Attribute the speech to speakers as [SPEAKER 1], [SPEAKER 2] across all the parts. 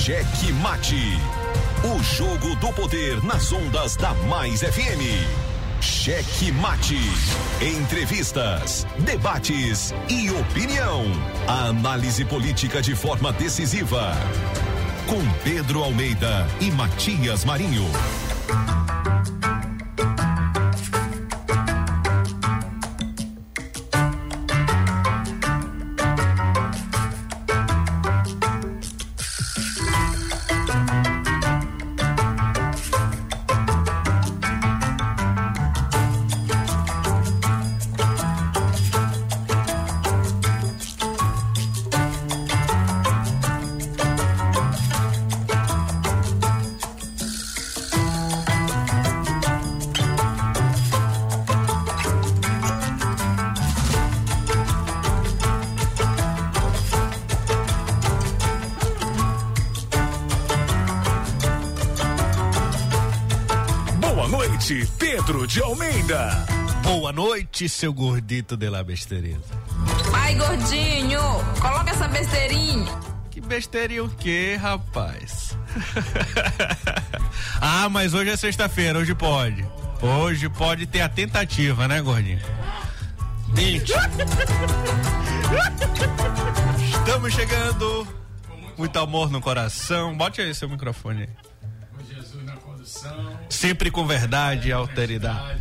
[SPEAKER 1] Cheque Mate. O jogo do poder nas ondas da Mais FM. Cheque Mate. Entrevistas, debates e opinião. A análise política de forma decisiva. Com Pedro Almeida e Matias Marinho.
[SPEAKER 2] Pedro de Almeida.
[SPEAKER 3] Boa noite, seu gordito de la besteirinha.
[SPEAKER 4] Ai, gordinho, coloca essa besteirinha.
[SPEAKER 3] Que besteirinha o quê, rapaz? Ah, mas hoje é sexta-feira, hoje pode. Hoje pode ter a tentativa, né, gordinho? Estamos chegando. Muito amor no coração. Bote aí seu microfone aí. Sempre com verdade e alteridade.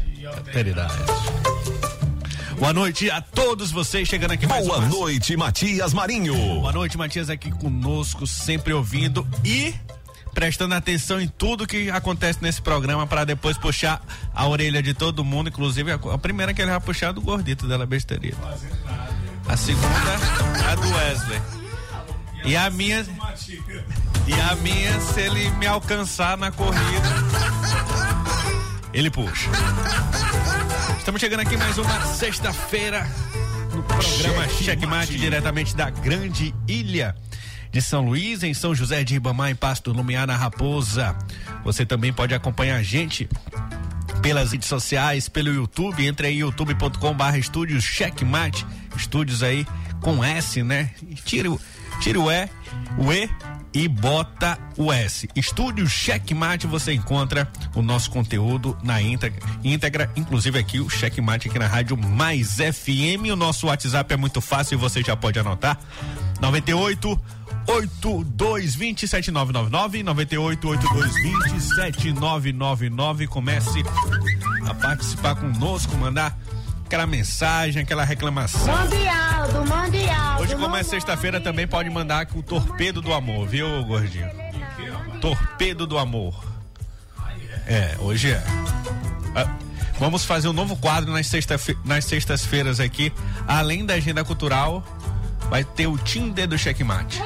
[SPEAKER 3] Boa noite a todos vocês chegando aqui mais
[SPEAKER 1] Boa noite, Matias Marinho.
[SPEAKER 3] Boa noite, Matias, aqui conosco, sempre ouvindo e prestando atenção em tudo que acontece nesse programa para depois puxar a orelha de todo mundo, inclusive a primeira que ele vai puxar é do gordito dela besteira. A segunda é a do Wesley. E a minha, se ele me alcançar na corrida, ele puxa. Estamos chegando aqui mais uma sexta-feira no programa Cheque Mate, diretamente da Grande Ilha de São Luís, em São José de Ribamar, em Pasto Lumiar, na Raposa. Você também pode acompanhar a gente pelas redes sociais, pelo YouTube. Entre aí, youtube.com/estúdios Cheque Mate, estúdios aí com S, né? Tira o E e bota o S. Estúdio Cheque Mate, você encontra o nosso conteúdo na íntegra, inclusive aqui o Cheque Mate aqui na Rádio Mais FM. O nosso WhatsApp é muito fácil e você já pode anotar: 98-8220-7999, 98-8220-7999. Comece a participar conosco, mandar aquela mensagem, aquela reclamação.
[SPEAKER 5] Mundial.
[SPEAKER 3] Hoje, como é sexta-feira, também pode mandar o torpedo do amor, viu, gordinho? Torpedo do amor. Hoje é. Vamos fazer um novo quadro nas sextas-feiras aqui. Além da agenda cultural, vai ter o Tinder do Cheque Mate.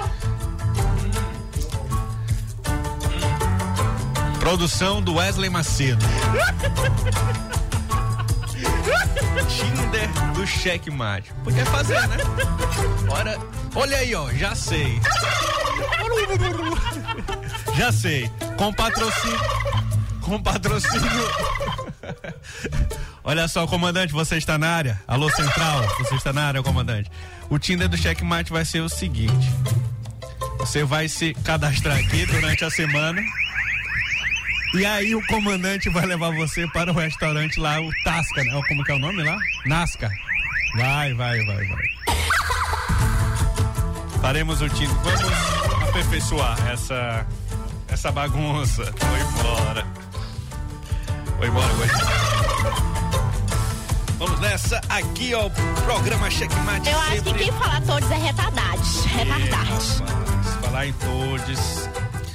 [SPEAKER 3] Produção do Wesley Macedo. Tinder do Cheque Mate. Podia fazer, né? Olha aí, ó, já sei. Já sei. Com patrocínio. Olha só, comandante, você está na área? Alô, Central, você está na área, comandante? O Tinder do Cheque Mate vai ser o seguinte: você vai se cadastrar aqui durante a semana. E aí o comandante vai levar você para o restaurante lá, o Tasca, né? Como que é o nome lá? Nasca. Vai. Faremos o time. Vamos aperfeiçoar essa bagunça. Foi embora, Vamos nessa, aqui ó, programa Cheque Mate.
[SPEAKER 5] Eu acho que quem fala todos é retardade.
[SPEAKER 3] Falar em todos.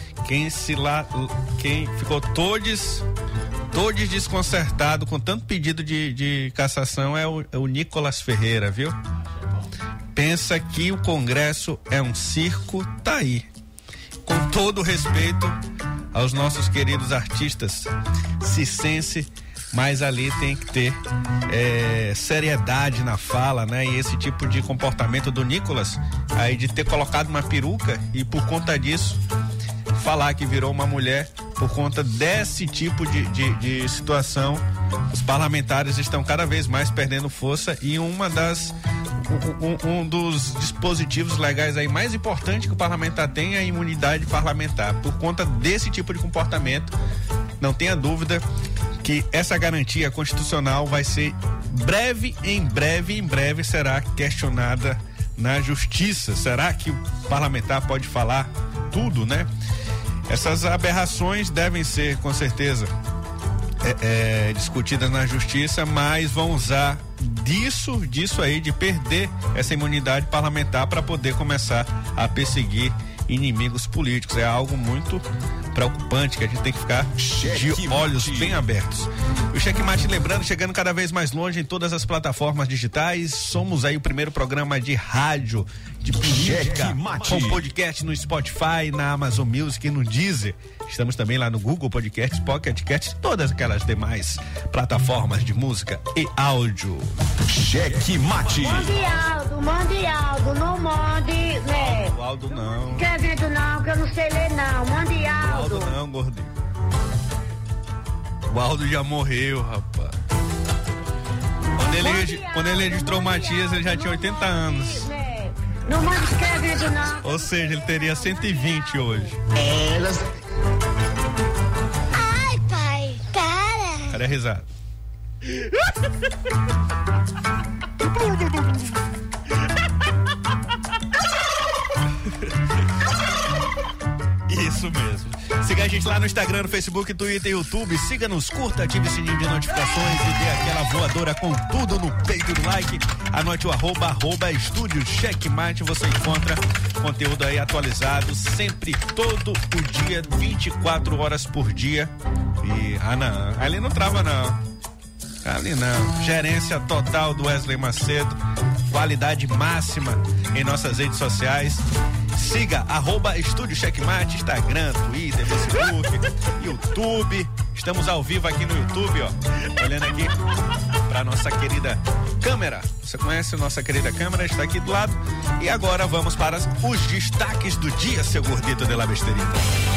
[SPEAKER 3] Quem ficou todos desconcertado com tanto pedido de cassação é o Nicolas Ferreira, viu? Pensa que o Congresso é um circo, tá aí. Com todo respeito aos nossos queridos artistas circense, mas ali tem que ter seriedade na fala, né? E esse tipo de comportamento do Nicolas, aí de ter colocado uma peruca e por conta disso falar que virou uma mulher, por conta desse tipo de situação, os parlamentares estão cada vez mais perdendo força e um dos dispositivos legais aí mais importantes que o parlamentar tem é a imunidade parlamentar. Por conta desse tipo de comportamento, não tenha dúvida que essa garantia constitucional vai ser em breve será questionada na justiça. Será que o parlamentar pode falar tudo, né? Essas aberrações devem ser, com certeza, discutidas na justiça, mas vão usar disso aí, de perder essa imunidade parlamentar para poder começar a perseguir inimigos políticos. É algo muito preocupante que a gente tem que ficar de olhos bem abertos. O Checkmate, lembrando, chegando cada vez mais longe em todas as plataformas digitais. Somos aí o primeiro programa de rádio de política com podcast no Spotify, na Amazon Music e no Deezer. Estamos também lá no Google Podcasts, Pocket Casts, todas aquelas demais plataformas de música e áudio.
[SPEAKER 1] Checkmate.
[SPEAKER 5] Mande Aldo, não mande, né?
[SPEAKER 3] O Aldo não.
[SPEAKER 5] Quer vendo não, que eu não sei ler não. Mande Aldo.
[SPEAKER 3] O Aldo não, gordinho. O Aldo já morreu, rapaz. Quando ele registrou o Matias, ele já tinha 80 anos.
[SPEAKER 5] Não manda escrevendo não.
[SPEAKER 3] Ou seja, ele teria 120 hoje.
[SPEAKER 5] Ai, pai, para.
[SPEAKER 3] Cadê a risada? Isso mesmo. Siga a gente lá no Instagram, no Facebook, Twitter e YouTube. Siga-nos, curta, ative o sininho de notificações e dê aquela voadora com tudo no peito do like. Anote o @, Estúdio Checkmate. Você encontra conteúdo aí atualizado sempre, todo o dia, 24 horas por dia. E, não, ali não trava não. Ali não. Gerência total do Wesley Macedo. Qualidade máxima em nossas redes sociais. Siga @Estúdio Checkmate, Instagram, Twitter, Facebook, YouTube. Estamos ao vivo aqui no YouTube, ó. Olhando aqui para nossa querida câmera. Você conhece a nossa querida câmera? Está aqui do lado. E agora vamos para os destaques do dia, seu gordito de la besterita.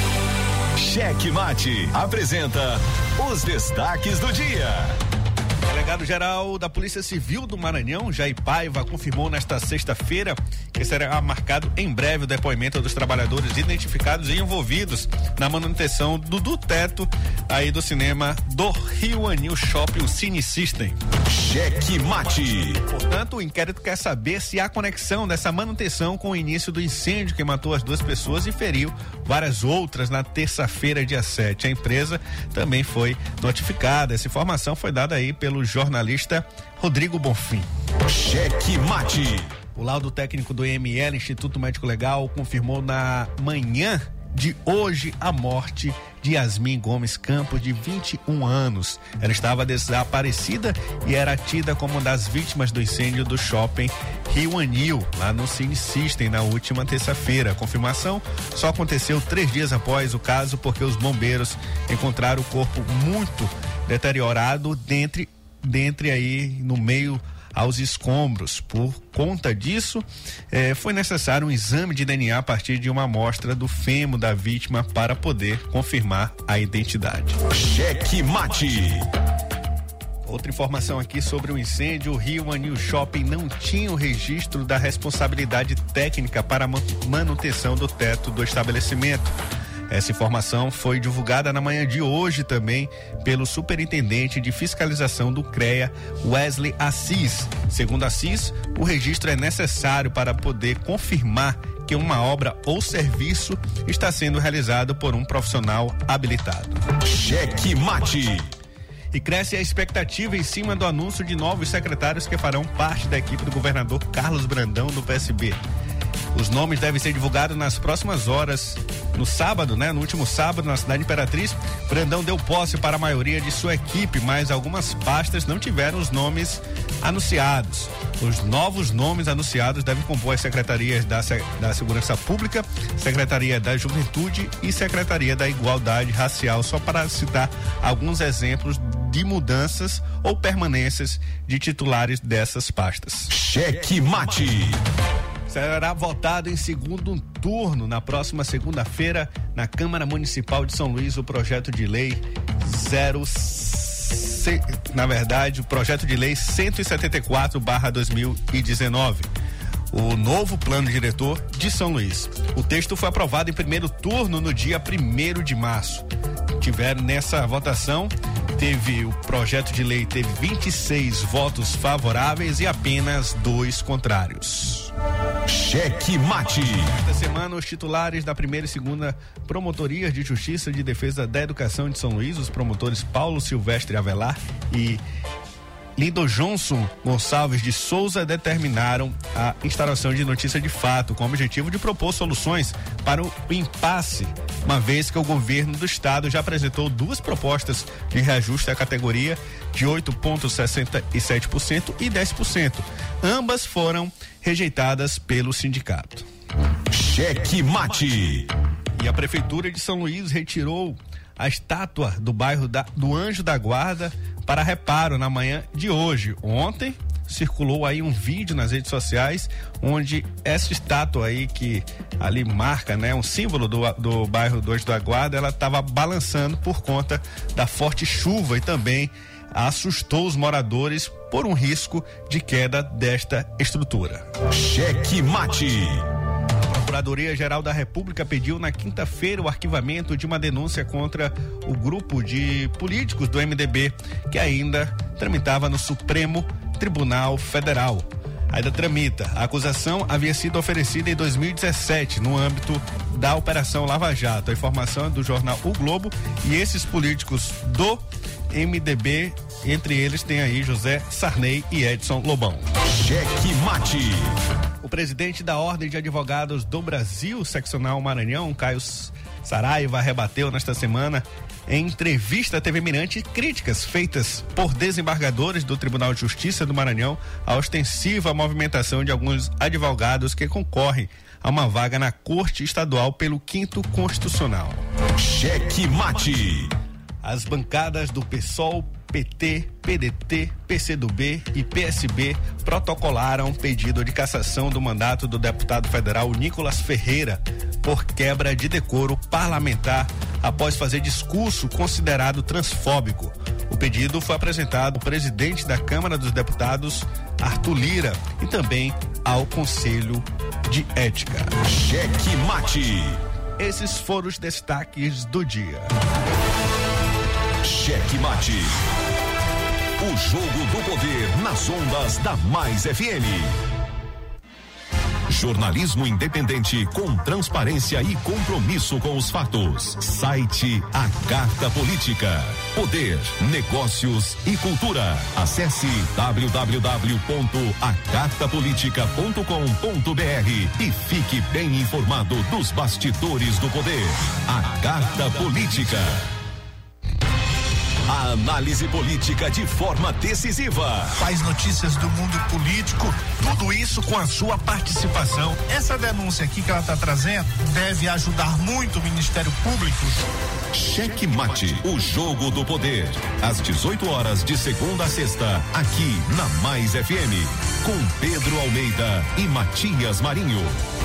[SPEAKER 1] Checkmate apresenta os destaques do dia.
[SPEAKER 3] O delegado-geral da Polícia Civil do Maranhão, Jair Paiva, confirmou nesta sexta-feira que será marcado em breve o depoimento dos trabalhadores identificados e envolvidos na manutenção do teto aí do cinema do Rio Anil Shopping, o Cine System.
[SPEAKER 1] Checkmate.
[SPEAKER 3] Portanto, o inquérito quer saber se há conexão dessa manutenção com o início do incêndio que matou as 2 pessoas e feriu várias outras na terça-feira, dia 7. A empresa também foi notificada. Essa informação foi dada aí pelo jornalista Rodrigo Bonfim.
[SPEAKER 1] Checkmate.
[SPEAKER 3] O laudo técnico do IML, Instituto Médico Legal, confirmou na manhã de hoje a morte de Yasmin Gomes Campos, de 21 anos. Ela estava desaparecida e era tida como uma das vítimas do incêndio do shopping Rio Anil, lá no Cine System, na última terça-feira. A confirmação só aconteceu 3 dias após o caso, porque os bombeiros encontraram o corpo muito deteriorado dentre aí no meio aos escombros. Por conta disso, foi necessário um exame de DNA a partir de uma amostra do fêmur da vítima para poder confirmar a identidade.
[SPEAKER 1] Checkmate.
[SPEAKER 3] Outra informação aqui sobre o incêndio: o Rio Anil Shopping não tinha o registro da responsabilidade técnica para a manutenção do teto do estabelecimento. Essa informação foi divulgada na manhã de hoje também pelo superintendente de fiscalização do CREA, Wesley Assis. Segundo Assis, o registro é necessário para poder confirmar que uma obra ou serviço está sendo realizado por um profissional habilitado.
[SPEAKER 1] Checkmate.
[SPEAKER 3] E cresce a expectativa em cima do anúncio de novos secretários que farão parte da equipe do governador Carlos Brandão, do PSB. Os nomes devem ser divulgados nas próximas horas. No sábado, no último sábado, na cidade Imperatriz, Brandão deu posse para a maioria de sua equipe, mas algumas pastas não tiveram os nomes anunciados. Os novos nomes anunciados devem compor as secretarias da Segurança Pública, Secretaria da Juventude e Secretaria da Igualdade Racial, só para citar alguns exemplos de mudanças ou permanências de titulares dessas pastas.
[SPEAKER 1] Checkmate.
[SPEAKER 3] Será votado em segundo turno na próxima segunda-feira na Câmara Municipal de São Luís o projeto de lei na verdade, o projeto de lei 174/2019. O novo plano diretor de São Luís. O texto foi aprovado em primeiro turno no dia 1º de março. Tiveram nessa votação, o projeto de lei teve 26 votos favoráveis e apenas 2 contrários.
[SPEAKER 1] Cheque Mate.
[SPEAKER 3] Esta semana, os titulares da primeira e segunda Promotorias de Justiça de Defesa da Educação de São Luís, os promotores Paulo Silvestre Avelar e Lindo Johnson Gonçalves de Souza, determinaram a instauração de notícia de fato, com o objetivo de propor soluções para o impasse, uma vez que o governo do estado já apresentou 2 propostas de reajuste à categoria de 8,67% e 10%. Ambas foram rejeitadas pelo sindicato.
[SPEAKER 1] Cheque Mate.
[SPEAKER 3] E a Prefeitura de São Luís retirou a estátua do bairro do Anjo da Guarda para reparo na manhã de hoje. Ontem circulou aí um vídeo nas redes sociais onde essa estátua aí, que ali marca, né, um símbolo do bairro do Anjo da Guarda, ela estava balançando por conta da forte chuva e também assustou os moradores por um risco de queda desta estrutura.
[SPEAKER 1] Cheque Mate.
[SPEAKER 3] A Procuradoria-Geral da República pediu na quinta-feira o arquivamento de uma denúncia contra o grupo de políticos do MDB, que ainda tramitava no Supremo Tribunal Federal. Ainda tramita. A acusação havia sido oferecida em 2017 no âmbito da Operação Lava Jato. A informação é do jornal O Globo, e esses políticos do MDB, entre eles tem aí José Sarney e Edson Lobão.
[SPEAKER 1] Cheque Mate.
[SPEAKER 3] O presidente da Ordem de Advogados do Brasil, seccional Maranhão, Caio Saraiva, rebateu nesta semana, em entrevista à TV Mirante, críticas feitas por desembargadores do Tribunal de Justiça do Maranhão à ostensiva movimentação de alguns advogados que concorrem a uma vaga na Corte Estadual pelo 5º Constitucional.
[SPEAKER 1] Cheque Mate.
[SPEAKER 3] As bancadas do PSOL, PT, PDT, PCdoB e PSB protocolaram pedido de cassação do mandato do deputado federal Nicolas Ferreira por quebra de decoro parlamentar após fazer discurso considerado transfóbico. O pedido foi apresentado ao presidente da Câmara dos Deputados, Arthur Lira, e também ao Conselho de Ética.
[SPEAKER 1] Cheque Mate.
[SPEAKER 3] Esses foram os destaques do dia.
[SPEAKER 1] Cheque Mate. O jogo do poder nas ondas da Mais FM. Jornalismo independente com transparência e compromisso com os fatos. Site A Carta Política. Poder, negócios e cultura. Acesse www.acartapolitica.com.br e fique bem informado dos bastidores do poder. A Carta Política. A análise política de forma decisiva.
[SPEAKER 2] Faz notícias do mundo político, tudo isso com a sua participação. Essa denúncia aqui que ela está trazendo deve ajudar muito o Ministério Público.
[SPEAKER 1] Cheque Mate, o jogo do poder. Às 18 horas de segunda a sexta, aqui na Mais FM, com Pedro Almeida e Matias Marinho.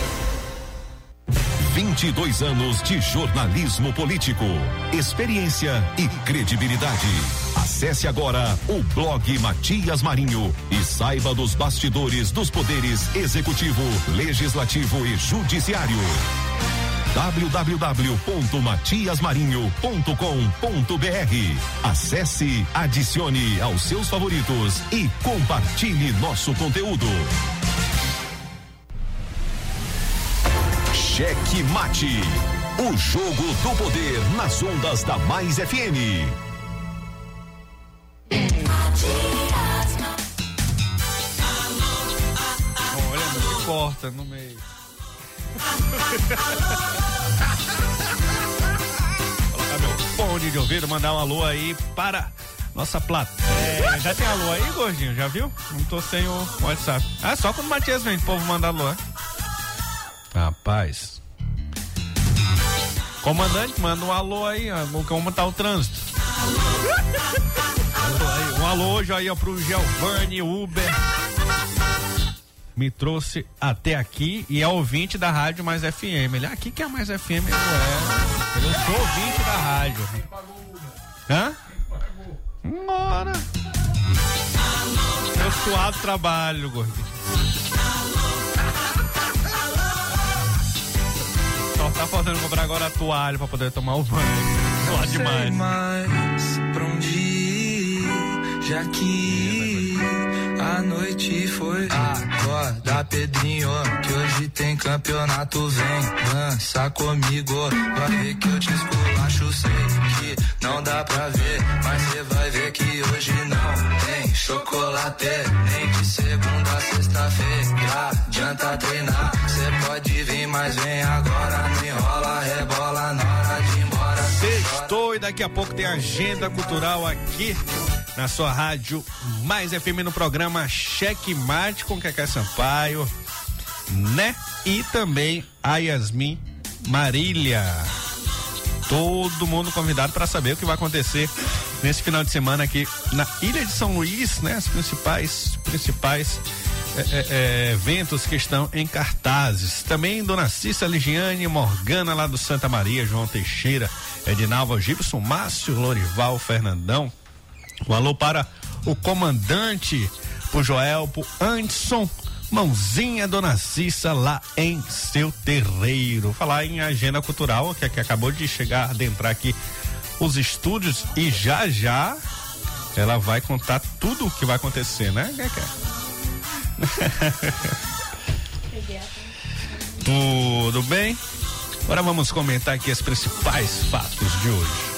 [SPEAKER 1] 22 anos de jornalismo político, experiência e credibilidade. Acesse agora o blog Matias Marinho e saiba dos bastidores dos poderes executivo, legislativo e judiciário. www.matiasmarinho.com.br. Acesse, adicione aos seus favoritos e compartilhe nosso conteúdo. Cheque Mate, o jogo do poder nas ondas da Mais FM.
[SPEAKER 3] Olha, não corta no meio. Colocar meu fone de ouvido, mandar um alô aí para nossa plateia. Já tem alô aí, gordinho? Já viu? Não tô sem o WhatsApp. Ah, só quando o Matias vem, o povo manda alô. Rapaz. Comandante, manda um alô aí, como tá o trânsito. Um alô hoje aí, ó, pro Giovanni Uber. Me trouxe até aqui e é ouvinte da Rádio Mais FM. Ele, aqui que é a Mais FM, eu sou ouvinte da rádio. Hã? agora. Meu suado trabalho, gordinho. Só tá faltando comprar agora a toalha pra poder tomar o banho. Suado demais.
[SPEAKER 6] Sei mais pra onde ir, já que a noite foi. Acorda, Pedrinho, que hoje tem campeonato. Vem dança comigo, vai ver que eu te esculacho. Sei que não dá pra ver, mas cê vai ver que hoje não tem chocolate. Nem de segunda a sexta-feira adianta treinar. Cê pode vir, mas vem agora. Não enrola, rebola na hora de ir embora.
[SPEAKER 3] Sextou e daqui a pouco tem agenda cultural aqui na sua rádio Mais FM no programa Cheque Mate com Cacá Sampaio, né? E também a Yasmin Marília. Todo mundo convidado para saber o que vai acontecer nesse final de semana aqui na Ilha de São Luís, né? Os principais eventos que estão em cartazes. Também Dona Cissa, Ligiane, Morgana lá do Santa Maria, João Teixeira, Edinalva, Gibson, Márcio, Lorival, Fernandão. Um alô para o comandante, pro Joel, pro Anderson, Mãozinha, Dona Cissa lá em Seu Terreiro. Falar em agenda cultural, que acabou de chegar, adentrar aqui os estúdios e já ela vai contar tudo o que vai acontecer, né? Tudo bem? Agora vamos comentar aqui os principais fatos de hoje.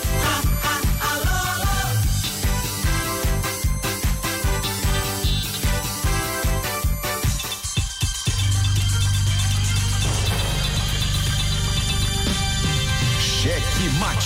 [SPEAKER 1] Cheque Mate.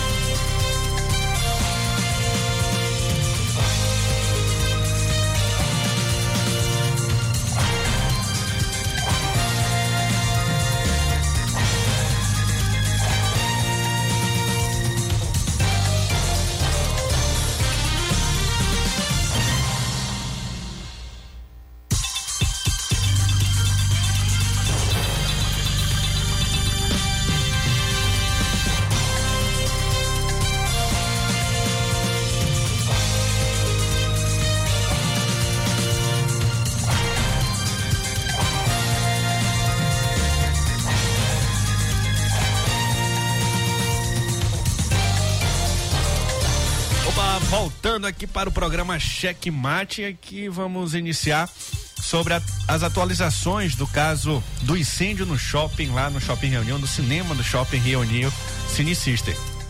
[SPEAKER 3] Voltando aqui para o programa Cheque Mate, aqui vamos iniciar sobre as atualizações do caso do incêndio no shopping, lá no Shopping Reunião, do cinema do Shopping Reunião Cine System.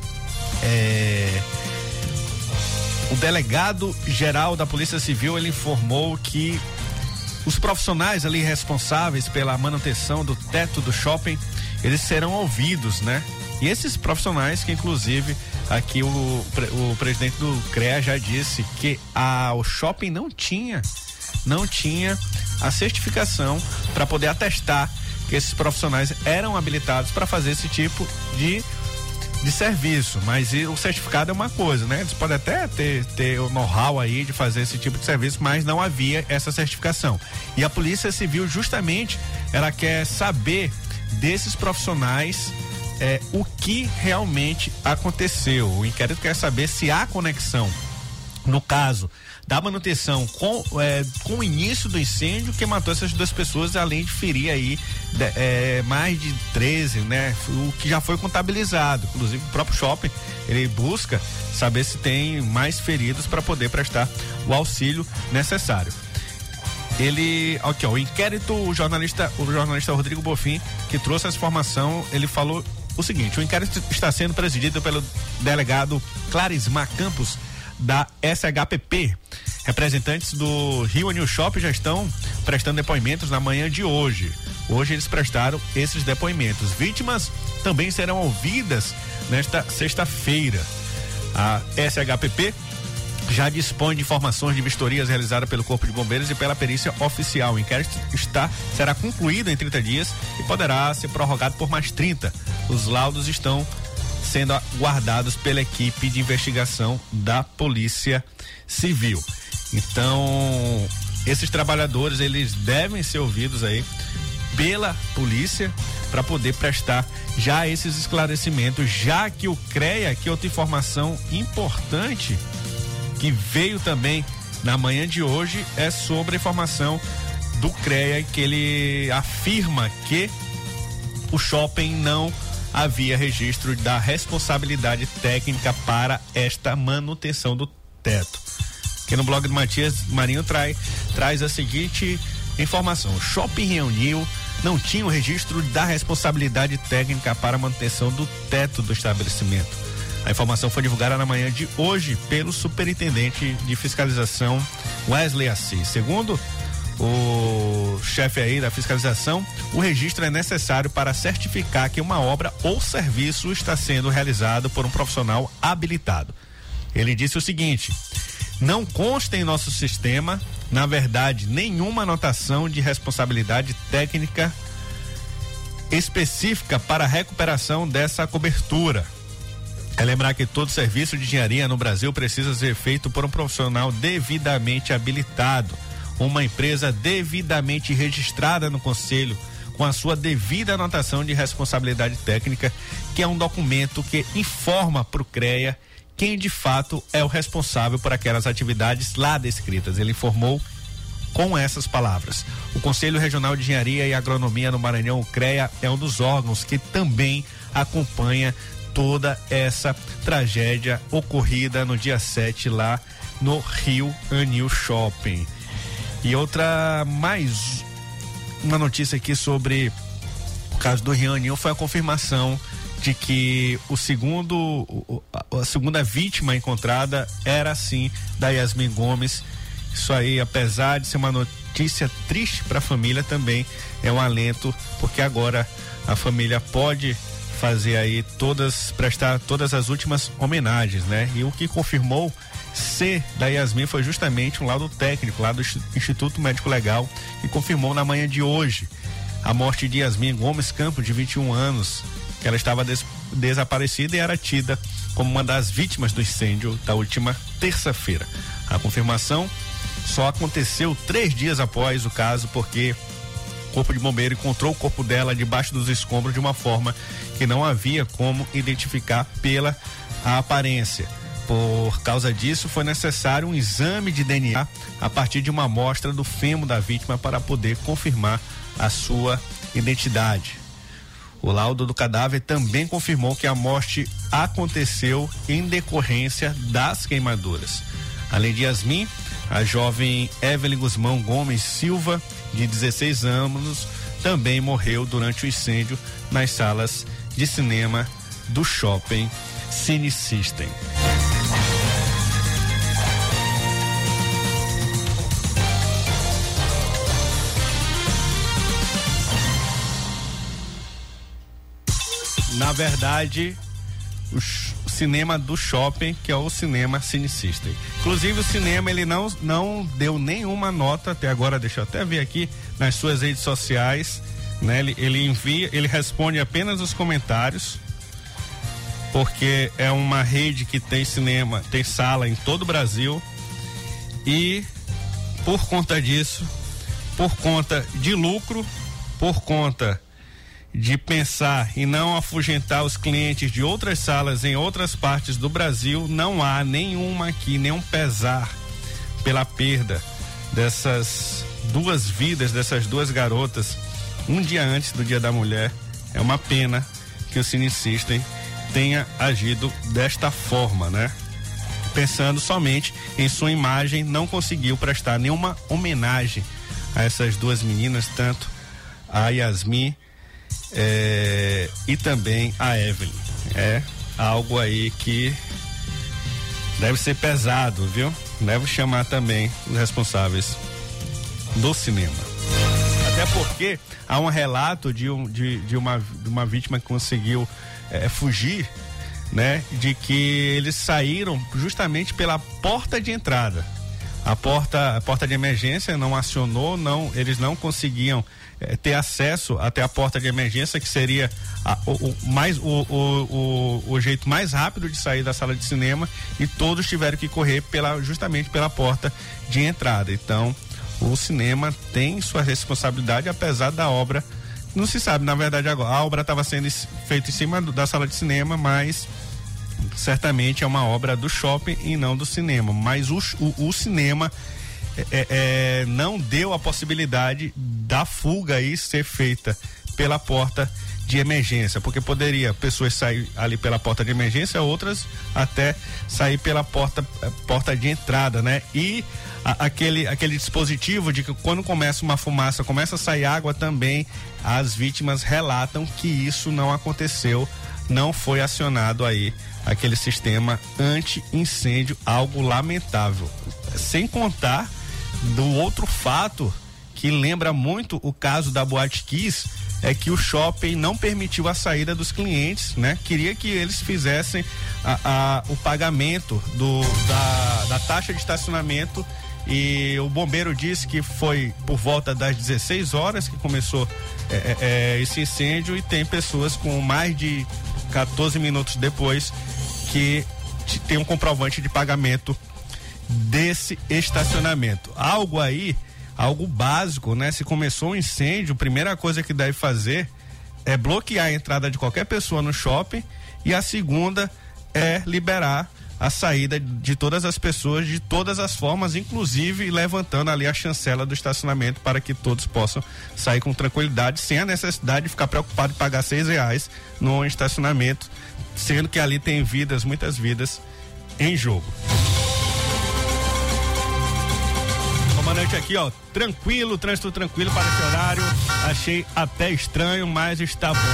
[SPEAKER 3] O delegado geral da Polícia Civil, ele informou que os profissionais ali responsáveis pela manutenção do teto do shopping, eles serão ouvidos, né? E esses profissionais que, inclusive, aqui o presidente do CREA já disse que o shopping não tinha a certificação para poder atestar que esses profissionais eram habilitados para fazer esse tipo de serviço, mas o certificado é uma coisa, né? Eles podem até ter o know-how aí de fazer esse tipo de serviço, mas não havia essa certificação. E a Polícia Civil, justamente, ela quer saber desses profissionais o que realmente aconteceu. O inquérito quer saber se há conexão, no caso da manutenção, com o início do incêndio que matou essas duas pessoas, além de ferir aí mais de 13, né? O que já foi contabilizado. Inclusive o próprio shopping, ele busca saber se tem mais feridos para poder prestar o auxílio necessário. O inquérito, o jornalista Rodrigo Bofim, que trouxe essa informação, ele falou o seguinte: o inquérito está sendo presidido pelo delegado Clarismar Campos, da SHPP. Representantes do Rio New Shop já estão prestando depoimentos na manhã de hoje. Hoje eles prestaram esses depoimentos. Vítimas também serão ouvidas nesta sexta-feira. A SHPP já dispõe de informações de vistorias realizadas pelo Corpo de Bombeiros e pela perícia oficial. O inquérito será concluído em 30 dias e poderá ser prorrogado por mais 30. Os laudos estão sendo aguardados pela equipe de investigação da Polícia Civil. Então, esses trabalhadores, eles devem ser ouvidos aí pela polícia para poder prestar já esses esclarecimentos, já que o CREA, que outra informação importante, que veio também na manhã de hoje é sobre a informação do CREA, que ele afirma que o shopping não havia registro da responsabilidade técnica para esta manutenção do teto. Aqui no blog do Matias Marinho traz a seguinte informação: o shopping reuniu, não tinha o registro da responsabilidade técnica para a manutenção do teto do estabelecimento. A informação foi divulgada na manhã de hoje pelo superintendente de fiscalização Wesley Assis. Segundo o chefe aí da fiscalização, o registro é necessário para certificar que uma obra ou serviço está sendo realizado por um profissional habilitado. Ele disse o seguinte: não consta em nosso sistema, na verdade, nenhuma anotação de responsabilidade técnica específica para a recuperação dessa cobertura. É lembrar que todo serviço de engenharia no Brasil precisa ser feito por um profissional devidamente habilitado, uma empresa devidamente registrada no Conselho, com a sua devida anotação de responsabilidade técnica, que é um documento que informa para o CREA quem de fato é o responsável por aquelas atividades lá descritas. Ele informou com essas palavras: o Conselho Regional de Engenharia e Agronomia no Maranhão, o CREA, é um dos órgãos que também acompanha toda essa tragédia ocorrida no dia 7 lá no Rio Anil Shopping. E mais uma notícia aqui sobre o caso do Rio Anil foi a confirmação de que a segunda vítima encontrada era sim da Yasmin Gomes. Isso aí, apesar de ser uma notícia triste para a família, também é um alento, porque agora a família pode fazer aí prestar todas as últimas homenagens, né? E o que confirmou ser da Yasmin foi justamente um laudo técnico lá do Instituto Médico Legal, que confirmou na manhã de hoje a morte de Yasmin Gomes Campos, de 21 anos, que ela estava desaparecida e era tida como uma das vítimas do incêndio da última terça-feira. A confirmação só aconteceu 3 dias após o caso, porque o Corpo de Bombeiro encontrou o corpo dela debaixo dos escombros de uma forma que não havia como identificar pela aparência. Por causa disso, foi necessário um exame de DNA a partir de uma amostra do fêmur da vítima para poder confirmar a sua identidade. O laudo do cadáver também confirmou que a morte aconteceu em decorrência das queimaduras. Além de Yasmin, a jovem Evelyn Guzmão Gomes Silva, de 16 anos, também morreu durante o incêndio nas salas de cinema do shopping Cine System. Na verdade, o cinema do shopping, que é o cinema Cine System. Inclusive, o cinema, ele não deu nenhuma nota até agora. Deixa eu até ver aqui nas suas redes sociais, né? Ele responde apenas os comentários, porque é uma rede que tem cinema, tem sala em todo o Brasil, e por conta disso, por conta de lucro, por conta de pensar em não afugentar os clientes de outras salas em outras partes do Brasil, não há nenhuma aqui, nenhum pesar pela perda dessas 2 vidas, dessas 2 garotas, um dia antes do Dia da Mulher. É uma pena que o Cine System tenha agido desta forma, né? Pensando somente em sua imagem, não conseguiu prestar nenhuma homenagem a essas 2 meninas, tanto a Yasmin e também a Evelyn. É algo aí que deve ser pesado, viu? Deve chamar também os responsáveis do cinema. Até porque há um relato de uma vítima que conseguiu fugir, né? De que eles saíram justamente pela porta de entrada. A porta de emergência não acionou, eles não conseguiam ter acesso até a porta de emergência, que seria o jeito mais rápido de sair da sala de cinema, e todos tiveram que correr justamente pela porta de entrada. Então, o cinema tem sua responsabilidade, apesar da obra, não se sabe, na verdade, agora a obra estava sendo feita em cima da sala de cinema, mas certamente é uma obra do shopping e não do cinema, mas o cinema não deu a possibilidade da fuga aí ser feita pela porta de emergência, porque poderia pessoas sair ali pela porta de emergência, outras até sair pela porta de entrada, né? E aquele dispositivo de que quando começa uma fumaça, começa a sair água também, as vítimas relatam que isso não aconteceu, não foi acionado aí aquele sistema anti-incêndio, algo lamentável. Sem contar do outro fato que lembra muito o caso da Boate Kiss, é que o shopping não permitiu a saída dos clientes, né? Queria que eles fizessem o pagamento da taxa de estacionamento, e o bombeiro disse que foi por volta das 16 horas que começou esse incêndio, e tem pessoas com mais de 14 minutos depois que tem um comprovante de pagamento desse estacionamento. Algo básico, né? Se começou um incêndio, a primeira coisa que deve fazer é bloquear a entrada de qualquer pessoa no shopping, e a segunda é liberar a saída de todas as pessoas de todas as formas, inclusive levantando ali a chancela do estacionamento para que todos possam sair com tranquilidade, sem a necessidade de ficar preocupado em pagar R$6 no estacionamento, sendo que ali tem muitas vidas em jogo. Comandante aqui, ó, tranquilo, trânsito tranquilo para esse horário. Achei até estranho, mas está bom.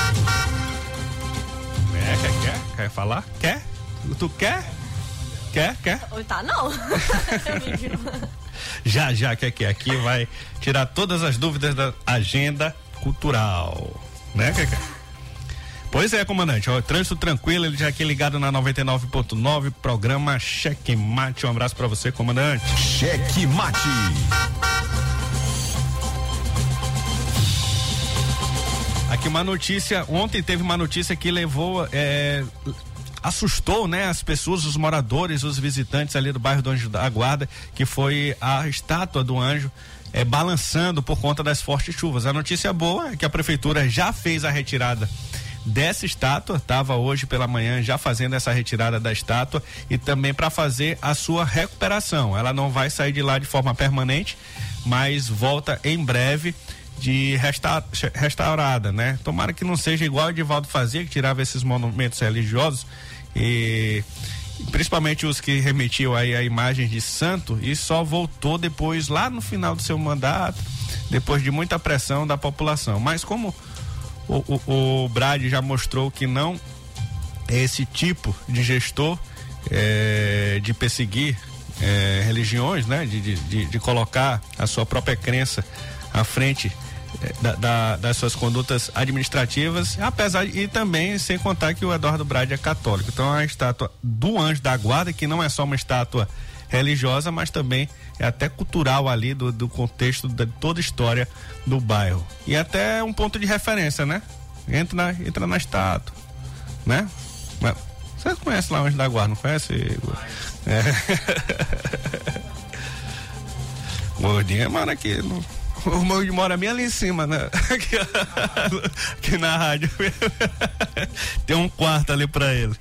[SPEAKER 3] Quer falar? Quer? Tu quer? Quer?
[SPEAKER 7] Tá, não.
[SPEAKER 3] já quer. Aqui vai tirar todas as dúvidas da agenda cultural, né, Quer? Pois é, comandante, ó, trânsito tranquilo, ele já aqui ligado na 99.9, programa Cheque Mate. Um abraço pra você, comandante.
[SPEAKER 1] Cheque Mate.
[SPEAKER 3] Aqui uma notícia, ontem teve uma notícia que levou, assustou, né, as pessoas, os moradores, os visitantes ali do bairro do Anjo da Guarda, que foi a estátua do anjo balançando por conta das fortes chuvas. A notícia boa é que a prefeitura já fez a retirada dessa estátua, estava hoje pela manhã já fazendo essa retirada da estátua, e também para fazer a sua recuperação. Ela não vai sair de lá de forma permanente, mas volta em breve de restaurada, né? Tomara que não seja igual o Edivaldo fazia, que tirava esses monumentos religiosos, e principalmente os que remetiam aí a imagens de santo, e só voltou depois, lá no final do seu mandato, depois de muita pressão da população. Mas como o Brade já mostrou que não é esse tipo de gestor de perseguir religiões, né? De colocar a sua própria crença à frente das suas condutas administrativas, apesar e também sem contar que o Eduardo Brade é católico. Então a estátua do Anjo da Guarda, que não é só uma estátua religiosa, mas também é até cultural ali do contexto de toda a história do bairro, e até um ponto de referência, né? Entra na estátua, né? Você conhece lá o Anjo da Guarda, não conhece? Gordinho, mano, aqui o meu mora bem ali em cima, né? Aqui na rádio tem um quarto ali pra ele.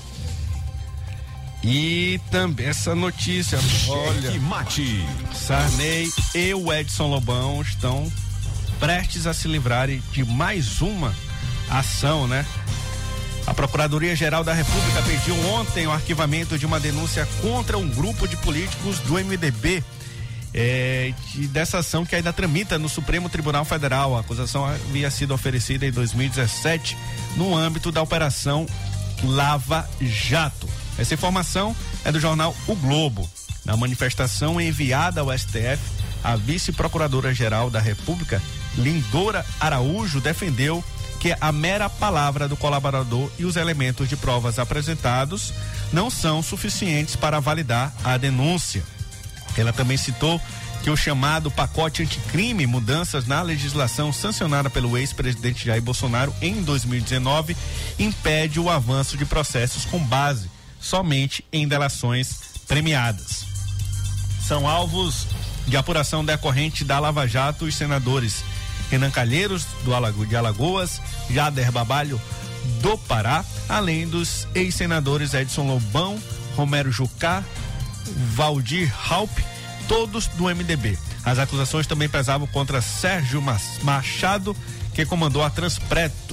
[SPEAKER 3] E também essa notícia, olha,
[SPEAKER 1] Mate.
[SPEAKER 3] Sarney e o Edson Lobão estão prestes a se livrarem de mais uma ação, né? A Procuradoria-Geral da República pediu ontem o arquivamento de uma denúncia contra um grupo de políticos do MDB, dessa ação que ainda tramita no Supremo Tribunal Federal. A acusação havia sido oferecida em 2017 no âmbito da Operação Lava Jato. Essa informação é do jornal O Globo. Na manifestação enviada ao STF, a vice-procuradora-geral da República, Lindora Araújo, defendeu que a mera palavra do colaborador e os elementos de provas apresentados não são suficientes para validar a denúncia. Ela também citou que o chamado pacote anticrime, mudanças na legislação sancionada pelo ex-presidente Jair Bolsonaro em 2019, impede o avanço de processos com base somente em delações premiadas. São alvos de apuração decorrente da Lava Jato os senadores Renan Calheiros, de Alagoas, Jader Babalho, do Pará, além dos ex-senadores Edson Lobão, Romero Jucá, Valdir Raup, todos do MDB. As acusações também pesavam contra Sérgio Machado, que comandou a Transpetro,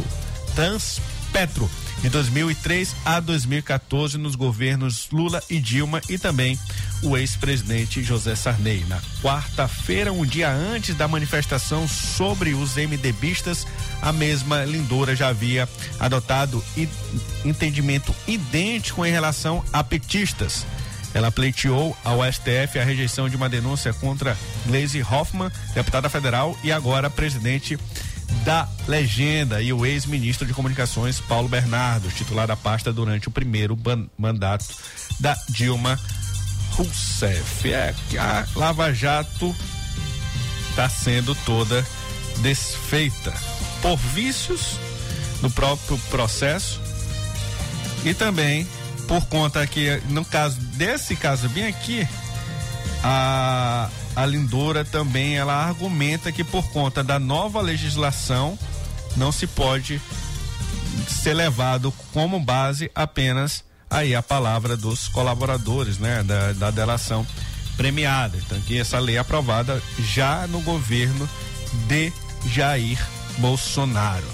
[SPEAKER 3] de 2003 a 2014 nos governos Lula e Dilma, e também o ex-presidente José Sarney. Na quarta-feira, um dia antes da manifestação sobre os MDBistas, a mesma Lindora já havia adotado entendimento idêntico em relação a petistas. Ela pleiteou ao STF a rejeição de uma denúncia contra Gleisi Hoffmann, deputada federal e agora presidente da Legenda, e o ex-ministro de Comunicações Paulo Bernardo, titular da pasta durante o primeiro mandato da Dilma Rousseff. A Lava Jato está sendo toda desfeita por vícios no próprio processo e também por conta que, no caso desse caso bem aqui, a Lindora também, ela argumenta que por conta da nova legislação não se pode ser levado como base apenas aí a palavra dos colaboradores, né, da delação premiada. Então, que essa lei é aprovada já no governo de Jair Bolsonaro.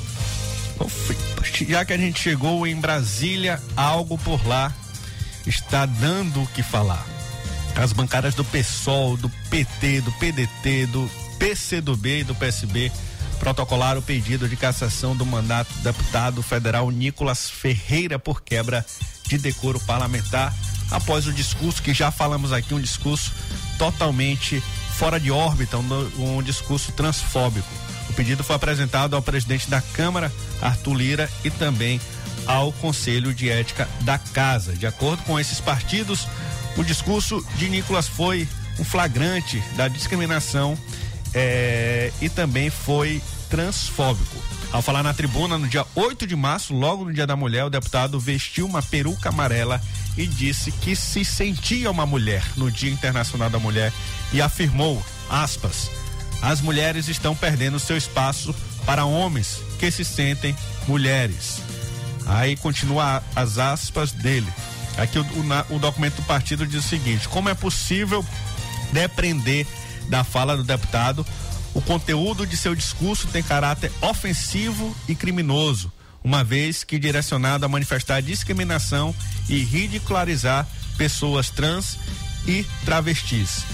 [SPEAKER 3] Já que a gente chegou em Brasília, algo por lá está dando o que falar. As bancadas do PSOL, do PT, do PDT, do PCdoB e do PSB protocolaram o pedido de cassação do mandato do deputado federal Nicolas Ferreira por quebra de decoro parlamentar, após o discurso que já falamos aqui, um discurso totalmente fora de órbita, um discurso transfóbico. O pedido foi apresentado ao presidente da Câmara, Arthur Lira, e também ao Conselho de Ética da Casa. De acordo com esses partidos, o discurso de Nicolas foi um flagrante da discriminação e também foi transfóbico. Ao falar na tribuna no dia 8 de março, logo no Dia da Mulher, o deputado vestiu uma peruca amarela e disse que se sentia uma mulher no Dia Internacional da Mulher e afirmou, aspas, as mulheres estão perdendo seu espaço para homens que se sentem mulheres. Aí continua as aspas dele. Aqui o documento do partido diz o seguinte: como é possível depreender da fala do deputado, o conteúdo de seu discurso tem caráter ofensivo e criminoso, uma vez que direcionado a manifestar discriminação e ridicularizar pessoas trans e travestis.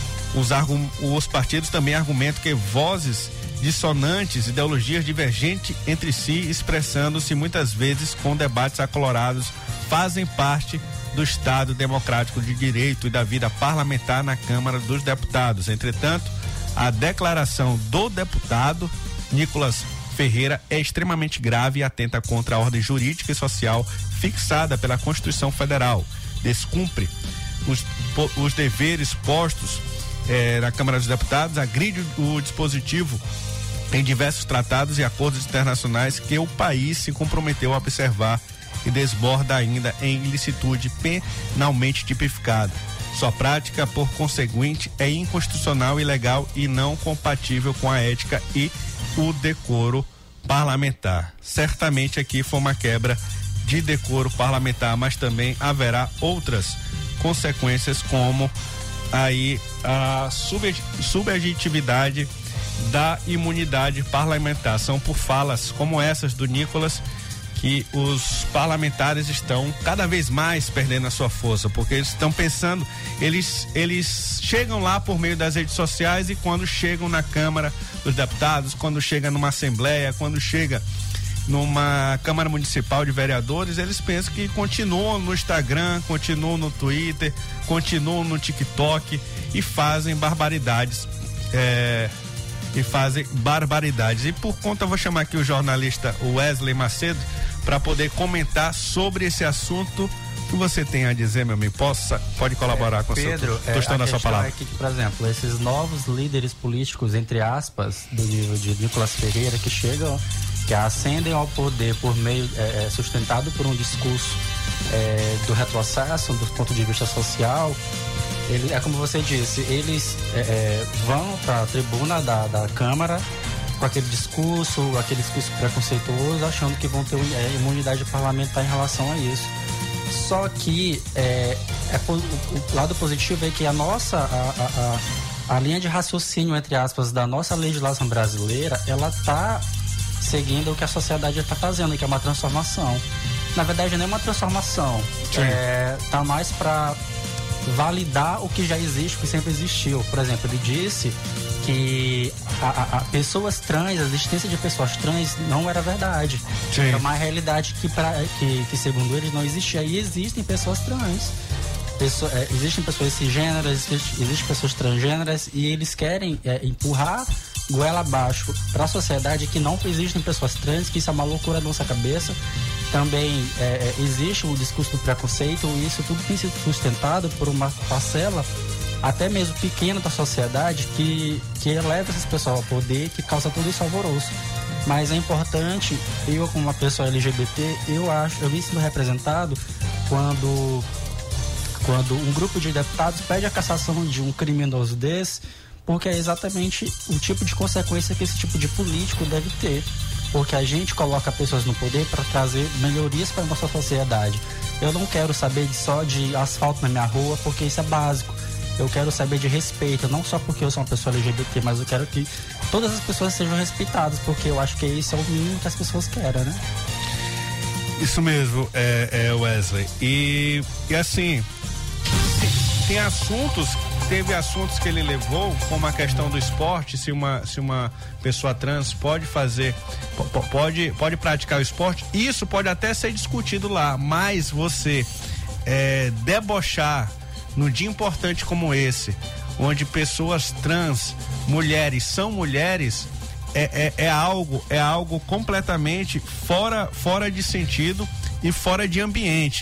[SPEAKER 3] Os partidos também argumentam que vozes dissonantes, ideologias divergentes entre si, expressando-se muitas vezes com debates acalorados, fazem parte do Estado democrático de direito e da vida parlamentar na Câmara dos Deputados. Entretanto, a declaração do deputado Nicolas Ferreira é extremamente grave e atenta contra a ordem jurídica e social fixada pela Constituição Federal. Descumpre os deveres postos na Câmara dos Deputados, agride o dispositivo em diversos tratados e acordos internacionais que o país se comprometeu a observar e desborda ainda em ilicitude penalmente tipificada. Sua prática, por conseguinte, é inconstitucional, ilegal e não compatível com a ética e o decoro parlamentar. Certamente aqui foi uma quebra de decoro parlamentar, mas também haverá outras consequências, como aí a subjetividade da imunidade parlamentar. São por falas como essas do Nicolas que os parlamentares estão cada vez mais perdendo a sua força, porque eles estão pensando, eles chegam lá por meio das redes sociais, e quando chegam na Câmara dos Deputados, quando chega numa Assembleia, quando chega numa Câmara Municipal de Vereadores, eles pensam que continuam no Instagram, continuam no Twitter, continuam no TikTok e fazem barbaridades. E por conta, eu vou chamar aqui o jornalista Wesley Macedo para poder comentar sobre esse assunto. O que você tem a dizer, meu amigo? Pode colaborar com
[SPEAKER 7] Pedro,
[SPEAKER 3] Estou estando a sua palavra.
[SPEAKER 7] É que, por exemplo, esses novos líderes políticos, entre aspas, do nível de Nicolas Ferreira, que chegam, que ascendem ao poder por meio, sustentado por um discurso do retrocesso, do ponto de vista social. É como você disse, eles vão para a tribuna da Câmara com aquele discurso preconceituoso, achando que vão ter imunidade parlamentar em relação a isso. Só que o lado positivo é que a linha de raciocínio, entre aspas, da nossa legislação brasileira, ela está seguindo o que a sociedade está fazendo, que é uma transformação. Na verdade, não é uma transformação, tá mais para validar o que já existe, o que sempre existiu. Por exemplo, ele disse que a pessoas trans, a existência de pessoas trans não era verdade. Era uma realidade que segundo eles, não existia. E existem pessoas trans. Existem pessoas cisgêneras, existem pessoas transgêneras, e eles querem empurrar goela abaixo para a sociedade que não existem pessoas trans, que isso é uma loucura na nossa cabeça. Também existe o discurso do preconceito, e isso tudo tem sido sustentado por uma parcela até mesmo pequena da sociedade que eleva essas pessoas ao poder, que causa todo esse alvoroço. Mas é importante, eu como uma pessoa LGBT, eu me sinto representado quando um grupo de deputados pede a cassação de um criminoso desse, porque é exatamente o tipo de consequência que esse tipo de político deve ter. Porque a gente coloca pessoas no poder para trazer melhorias para a nossa sociedade. Eu não quero saber só de asfalto na minha rua, porque isso é básico. Eu quero saber de respeito, não só porque eu sou uma pessoa LGBT, mas eu quero que todas as pessoas sejam respeitadas, porque eu acho que isso é o mínimo que as pessoas querem, né?
[SPEAKER 3] Isso mesmo, Wesley. E assim, teve assuntos que ele levou, como a questão do esporte, se uma pessoa trans pode praticar o esporte, isso pode até ser discutido lá, mas você debochar num dia importante como esse, onde pessoas trans, mulheres são mulheres, é algo completamente fora de sentido e fora de ambiente.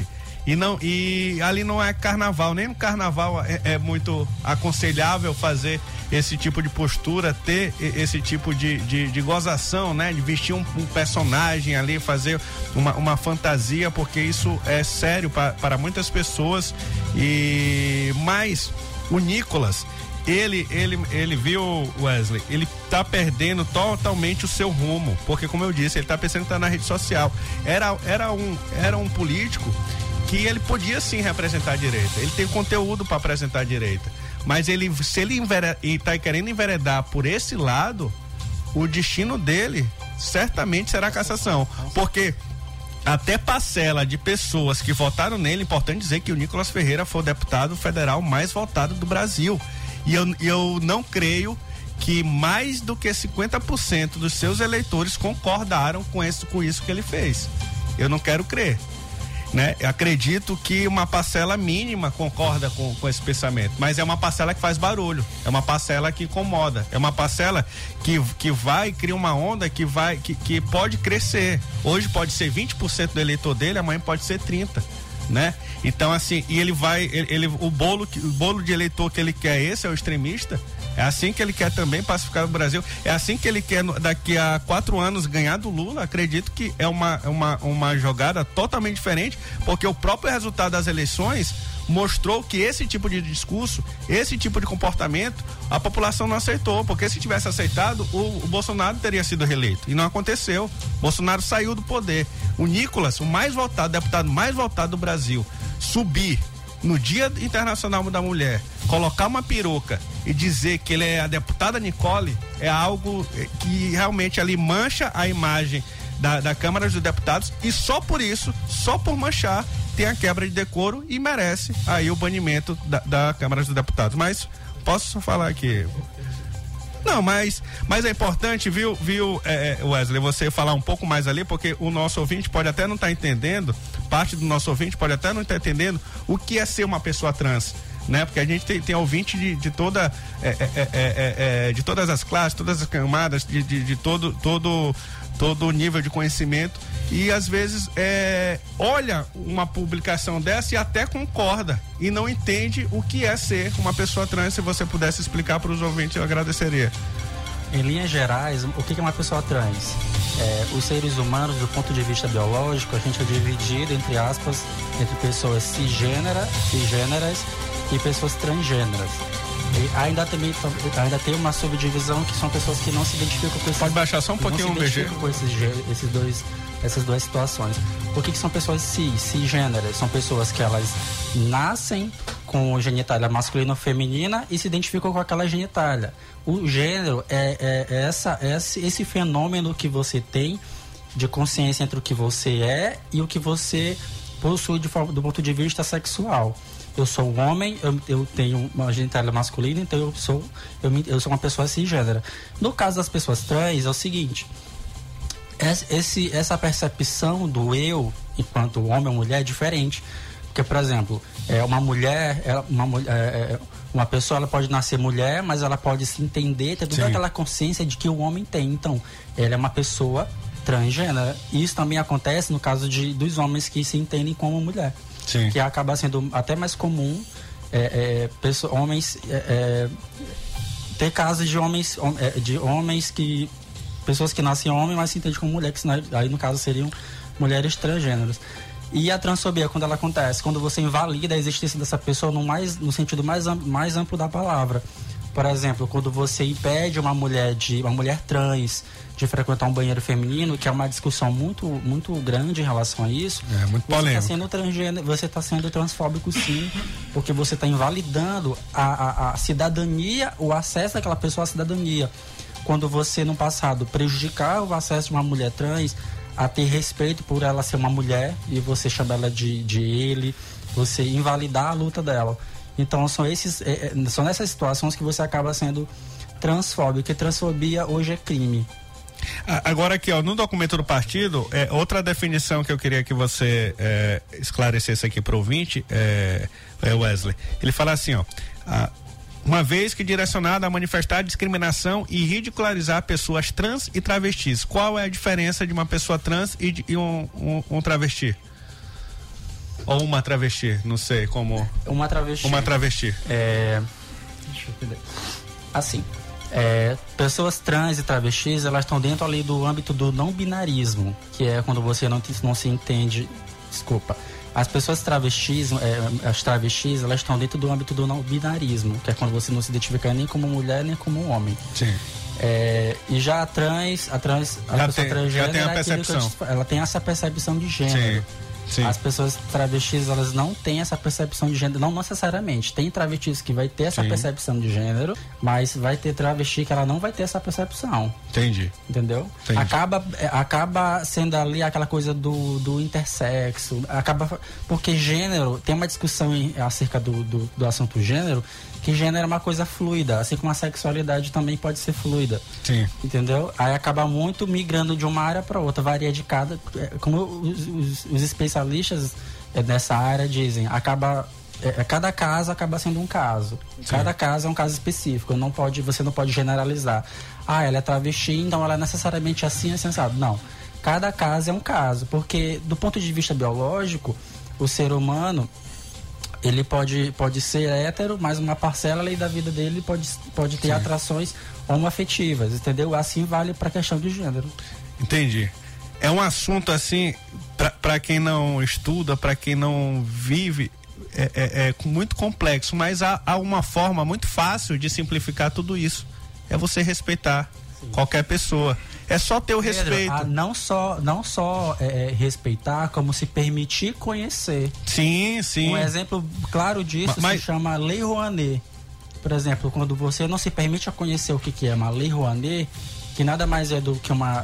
[SPEAKER 3] E ali não é carnaval, nem no carnaval é muito aconselhável fazer esse tipo de postura, ter esse tipo de gozação, né? De vestir um personagem ali, fazer uma fantasia, porque isso é sério para muitas pessoas. Mas o Nicolas, ele viu, Wesley, ele tá perdendo totalmente o seu rumo, porque como eu disse, ele tá pensando que tá na rede social. Era um político que ele podia sim representar a direita, ele tem conteúdo para apresentar a direita, mas se ele está querendo enveredar por esse lado, o destino dele certamente será cassação, porque até parcela de pessoas que votaram nele, importante dizer que o Nicolas Ferreira foi o deputado federal mais votado do Brasil, e eu não creio que mais do que 50% dos seus eleitores concordaram com isso que ele fez. Eu não quero crer, né? Eu acredito que uma parcela mínima concorda com esse pensamento, mas é uma parcela que faz barulho, é uma parcela que incomoda, é uma parcela que vai criar uma onda que pode crescer. Hoje pode ser 20% do eleitor dele, amanhã pode ser 30%, né? Então assim, e o bolo de eleitor que ele quer, esse é o extremista. É assim que ele quer também pacificar o Brasil. É assim que ele quer, daqui a 4 anos, ganhar do Lula. Acredito que é uma jogada totalmente diferente, porque o próprio resultado das eleições mostrou que esse tipo de discurso, esse tipo de comportamento, a população não aceitou, porque se tivesse aceitado, o Bolsonaro teria sido reeleito. E não aconteceu. Bolsonaro saiu do poder. O Nicolas, o deputado mais votado do Brasil, subir no Dia Internacional da Mulher, colocar uma peruca e dizer que ele é a deputada Nicole, é algo que realmente ali mancha a imagem da Câmara dos Deputados, e só por isso, só por manchar, tem a quebra de decoro e merece aí o banimento da Câmara dos Deputados. Mas posso só falar aqui? Não, mas é importante, viu, Wesley, você falar um pouco mais ali, porque o nosso ouvinte pode até não estar entendendo, parte do nosso ouvinte pode até não estar entendendo o que é ser uma pessoa trans, né? Porque a gente tem ouvinte de todas as classes, todas as camadas, de todo o nível de conhecimento, e às vezes olha uma publicação dessa e até concorda e não entende o que é ser uma pessoa trans. Se você pudesse explicar para os ouvintes, eu agradeceria.
[SPEAKER 7] Em linhas gerais, o que é uma pessoa trans? Os seres humanos, do ponto de vista biológico, a gente é dividido, entre aspas, entre pessoas cisgêneras e pessoas transgêneras. Ainda tem uma subdivisão que são pessoas que não se identificam com esses...
[SPEAKER 3] Pode baixar só um pouquinho o BG?
[SPEAKER 7] Com essas duas situações. Por que são pessoas cisgêneras? São pessoas que elas nascem com genitália masculina ou feminina e se identificam com aquela genitália. O gênero é esse fenômeno que você tem de consciência entre o que você é e o que você possui do ponto de vista sexual. Eu sou um homem, eu tenho uma genitália masculina, então eu sou uma pessoa cisgênera. No caso das pessoas trans, é o seguinte: essa percepção do eu enquanto homem ou mulher é diferente. Porque, por exemplo, uma pessoa ela pode nascer mulher, mas ela pode se entender, ter toda aquela consciência de que o homem tem. Então, ela é uma pessoa transgênera. Isso também acontece no caso dos homens que se entendem como mulher. Sim. Que acaba sendo até mais comum ter casos de homens que... pessoas que nascem homem, mas se entendem como mulher, que aí no caso seriam mulheres transgêneras. E a transfobia, quando ela acontece? Quando você invalida a existência dessa pessoa no sentido mais amplo da palavra. Por exemplo, quando você impede uma mulher trans de frequentar um banheiro feminino, que é uma discussão muito, muito grande em relação a isso.
[SPEAKER 3] É muito polêmico.
[SPEAKER 7] Você está sendo transfóbico, sim, porque você está invalidando a cidadania, o acesso daquela pessoa à cidadania. Quando você, no passado, prejudicar o acesso de uma mulher trans a ter respeito por ela ser uma mulher e você chama ela de ele, você invalidar a luta dela. Então, são nessas situações que você acaba sendo transfóbico, porque transfobia hoje é crime.
[SPEAKER 3] Agora aqui, no documento do partido, outra definição que eu queria que você esclarecesse aqui para o ouvinte, Wesley, ele fala assim, uma vez que direcionada a manifestar discriminação e ridicularizar pessoas trans e travestis. Qual é a diferença de uma pessoa trans e um travesti? Ou uma travesti, não sei como...
[SPEAKER 7] Uma travesti. Deixa eu ver. Assim, pessoas trans e travestis, elas estão dentro ali do âmbito do não binarismo, que é quando você não se entende... Desculpa. As pessoas travestis, as travestis, elas estão dentro do âmbito do não binarismo, que é quando você não se identifica nem como mulher, nem como um homem.
[SPEAKER 3] Sim.
[SPEAKER 7] E já a pessoa transgênero,
[SPEAKER 3] tem a percepção.
[SPEAKER 7] Ela tem essa percepção de gênero.
[SPEAKER 3] Sim.
[SPEAKER 7] As pessoas travestis, elas não têm essa percepção de gênero, não necessariamente. Tem travestis que vai ter essa percepção de gênero, mas vai ter travesti que ela não vai ter essa percepção.
[SPEAKER 3] Entendi.
[SPEAKER 7] Entendeu?
[SPEAKER 3] Entendi.
[SPEAKER 7] Acaba sendo ali aquela coisa do intersexo, porque gênero, tem uma discussão acerca do assunto gênero, que gênero é uma coisa fluida, assim como a sexualidade também pode ser fluida.
[SPEAKER 3] Sim.
[SPEAKER 7] Entendeu? Aí acaba muito migrando de uma área para outra, varia de cada... Como os especialistas nessa área dizem, cada caso acaba sendo um caso. Sim. Cada caso é um caso específico, você não pode generalizar. Ela é travesti, então ela é necessariamente assim, assado. Não. Cada caso é um caso, porque do ponto de vista biológico, o ser humano... ele pode ser hétero, mas uma parcela ali da vida dele pode ter atrações homoafetivas, entendeu? Assim vale para a questão de gênero.
[SPEAKER 3] Entendi. É um assunto assim, para quem não estuda, para quem não vive, é muito complexo, mas há uma forma muito fácil de simplificar tudo isso. É você respeitar qualquer pessoa. É só ter o respeito.
[SPEAKER 7] Não só respeitar, como se permitir conhecer.
[SPEAKER 3] Sim.
[SPEAKER 7] Um exemplo claro disso se chama Lei Rouanet. Por exemplo, quando você não se permite conhecer o que é uma Lei Rouanet, que nada mais é do que uma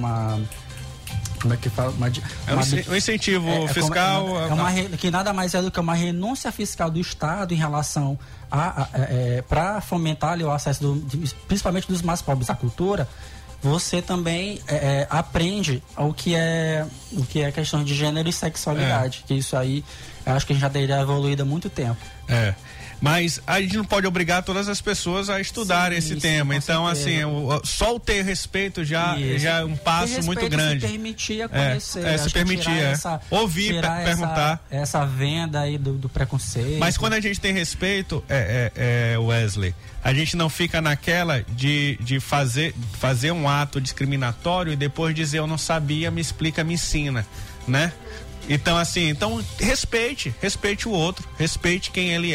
[SPEAKER 7] como é que fala?
[SPEAKER 3] Um incentivo fiscal.
[SPEAKER 7] Que nada mais é do que uma renúncia fiscal do Estado em relação para fomentar ali, o acesso principalmente dos mais pobres à cultura. Você também aprende o que é questão de gênero e sexualidade. Que isso aí, eu acho que a gente já teria evoluído há muito tempo.
[SPEAKER 3] Mas a gente não pode obrigar todas as pessoas a estudarem esse tema. Então, certeza. Assim, só o ter respeito já é um passo muito grande.
[SPEAKER 7] Se permitir a conhecer.
[SPEAKER 3] Se permitir, ouvir, perguntar.
[SPEAKER 7] Essa venda aí do preconceito.
[SPEAKER 3] Mas quando a gente tem respeito, Wesley, a gente não fica naquela de fazer um ato discriminatório e depois dizer eu não sabia, me explica, me ensina, né? Então, assim, respeite o outro, respeite quem ele é.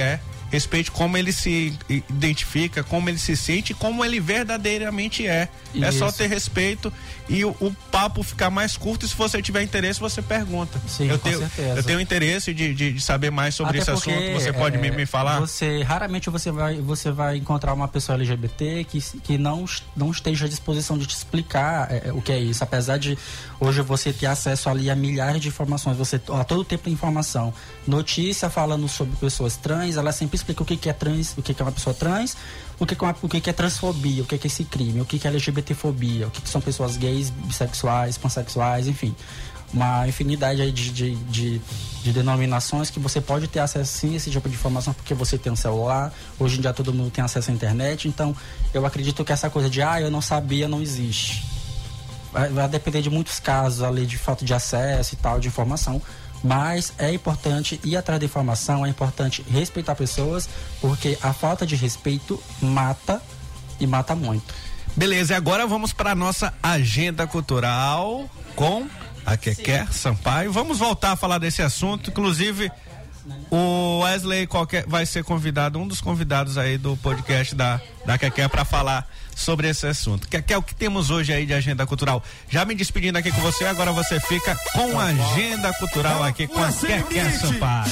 [SPEAKER 3] respeite como ele se identifica, como ele se sente, como ele verdadeiramente é.
[SPEAKER 7] Isso.
[SPEAKER 3] É só ter respeito e o papo ficar mais curto, e se você tiver interesse, você pergunta.
[SPEAKER 7] Sim, com certeza.
[SPEAKER 3] Eu tenho interesse de saber mais sobre esse assunto, você pode me falar?
[SPEAKER 7] Raramente você vai encontrar uma pessoa LGBT que não esteja à disposição de te explicar o que é isso, apesar de hoje você ter acesso ali a milhares de informações, você a todo tempo tem informação, notícia falando sobre pessoas trans, ela sempre explica o que é trans, o que é uma pessoa trans, o que é transfobia, o que é esse crime, o que é LGBTfobia, o que são pessoas gays, bissexuais, pansexuais, enfim, uma infinidade aí de denominações que você pode ter acesso sim a esse tipo de informação porque você tem um celular, hoje em dia todo mundo tem acesso à internet, então eu acredito que essa coisa de eu não sabia não existe. Vai depender de muitos casos ali de falta de acesso e tal, de informação, mas é importante ir atrás da informação, é importante respeitar pessoas, porque a falta de respeito mata e mata muito.
[SPEAKER 3] Beleza, e agora vamos para nossa agenda cultural com a Keké Sampaio. Vamos voltar a falar desse assunto, inclusive o Wesley vai ser convidado, um dos convidados aí do podcast da Keké para falar sobre esse assunto. Keké, o que temos hoje aí de agenda cultural? Já me despedindo aqui com você, agora você fica com a agenda cultural aqui com a Keké Sampaio.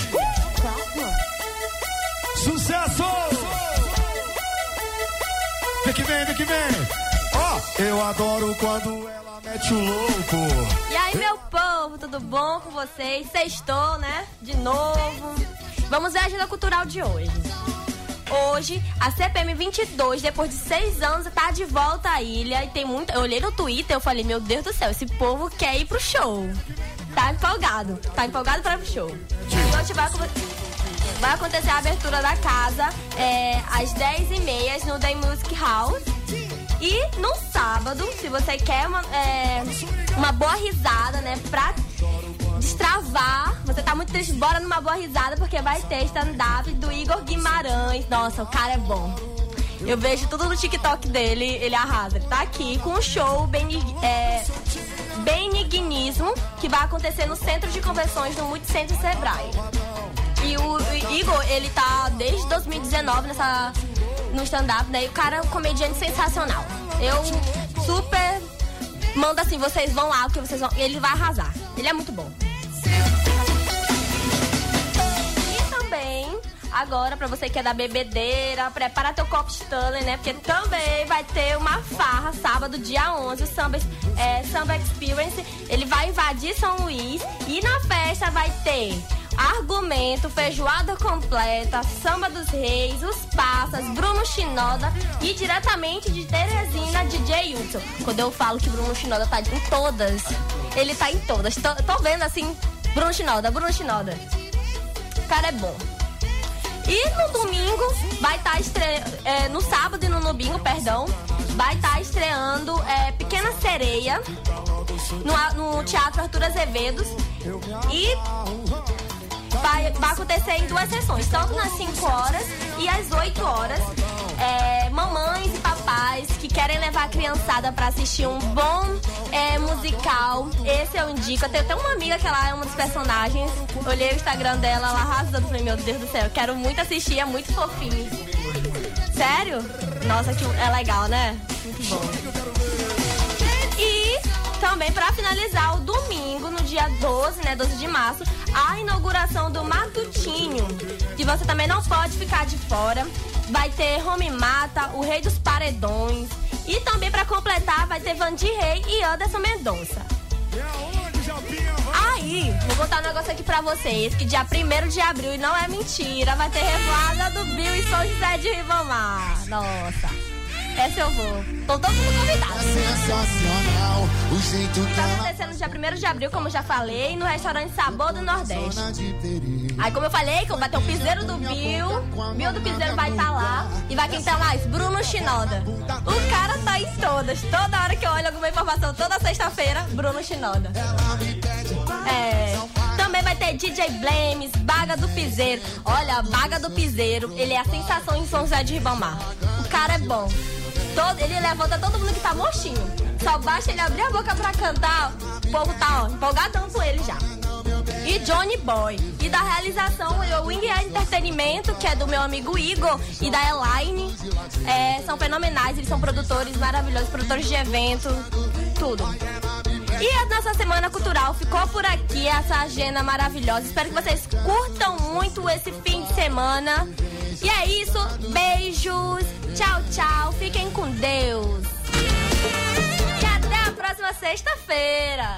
[SPEAKER 8] Sucesso! Vem que vem! Eu adoro quando ela mete o louco.
[SPEAKER 9] E aí, meu povo, tudo bom com vocês? Sextou, né? De novo. Vamos ver a agenda cultural de hoje. Hoje, a CPM 22, depois de 6 anos, tá de volta à ilha. E tem muita. Eu olhei no Twitter, eu falei, meu Deus do céu, esse povo quer ir pro show. Tá empolgado para ir pro show. E hoje vai acontecer a abertura da casa às 10h30 no The Music House. E no sábado, se você quer uma boa risada, né, pra destravar, você tá muito triste, bora numa boa risada, porque vai ter stand-up do Igor Guimarães. Nossa, o cara é bom. Eu vejo tudo no TikTok dele, ele arrasa. Ele tá aqui com um show Benignismo, que vai acontecer no Centro de Convenções do Multicentro Sebrae. E o Igor, ele tá desde 2019 no stand-up, né? E o cara é um comediante sensacional. Eu super mando assim, vocês vão lá, porque ele vai arrasar. Ele é muito bom. E também, agora, pra você que é da bebedeira, prepara teu copo Stanley, né? Porque também vai ter uma farra sábado, dia 11, o Samba Experience. Ele vai invadir São Luís e na festa vai ter Argumento, Feijoada Completa, Samba dos Reis, Os Passas, Bruno Shinoda e diretamente de Teresina, DJ Hudson. Quando eu falo que Bruno Shinoda tá em todas, ele tá em todas. Tô vendo assim, Bruno Shinoda. O cara é bom. E no domingo vai estar no sábado e no domingo, vai estar estreando Pequena Sereia no Teatro Arthur Azevedo. E vai acontecer em 2 sessões, tanto nas 5 horas e às 8 horas. Mamães e papais que querem levar a criançada pra assistir um bom musical, esse eu indico. Eu tenho até uma amiga que ela é uma dos personagens. Olhei o Instagram dela, ela arrasando. Falei, meu Deus do céu, eu quero muito assistir, é muito fofinho. Sério? Nossa, que é legal, né? Muito bom. E também pra finalizar, o domingo, no dia 12, né, 12 de março, a inauguração do Matutinho, que você também não pode ficar de fora. Vai ter Home Mata, o Rei dos Paredões. E também pra completar vai ter Vandir Rei e Anderson Mendonça. Aí, vou contar um negócio aqui pra vocês, que dia 1º de abril, e não é mentira, vai ter Revoada do Bill e São José de Ribamar. Nossa. Essa eu vou. Tô todo mundo convidado.
[SPEAKER 8] Sensacional, o jeito
[SPEAKER 9] Tá acontecendo no dia 1º de abril, como eu já falei, no restaurante Sabor do Nordeste. Aí, como eu falei, que vai ter o piseiro do Bill do Piseiro vai estar lá. E vai quem tá mais? Bruno Shinoda. O cara tá em todas. Toda hora que eu olho alguma informação, toda sexta-feira, Bruno Shinoda. Também vai ter DJ Blames, Baga do Piseiro. Olha, Baga do Piseiro, ele é a sensação em São José de Ribamar. O cara é bom. Ele levanta todo mundo que tá mochinho. Só basta ele abrir a boca pra cantar, o povo tá empolgadão com ele já. e Johnny Boy. E da realização o Wing Entretenimento, que é do meu amigo Igor e da Elaine. São fenomenais, eles são produtores maravilhosos, produtores de evento, tudo. E a nossa Semana Cultural ficou por aqui, essa agenda maravilhosa. Espero que vocês curtam muito esse fim de semana. E é isso, beijos, tchau, tchau, fiquem com Deus. E até a próxima sexta-feira.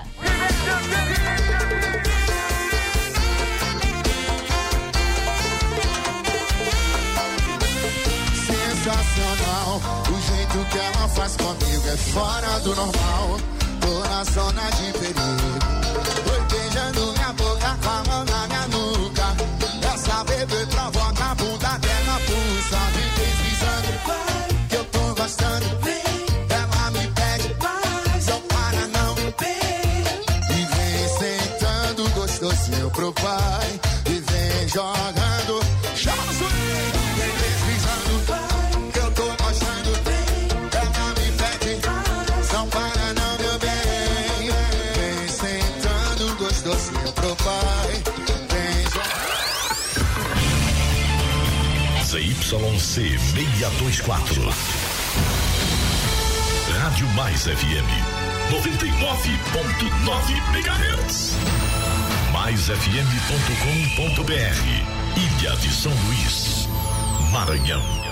[SPEAKER 8] Sensacional, o jeito que ela faz comigo é fora do normal. Tô na zona de perigo, foi beijando minha boca com a mão na minha nuca. Essa bebê provoca a bunda dela pulsa. Vem deslizando, que eu tô gostando. Ela me pede, não para não. E vem sentando gostosinho pro pai. E vem jogando, chama no swing. Vem deslizando, que eu tô gostando. Ela me pede, não para não, meu bem. Vem sentando gostosinho pro pai.
[SPEAKER 1] ZYC 624. Rádio Mais FM 99.9 MHz. MaisFM.com.br. Ilha de São Luís, Maranhão.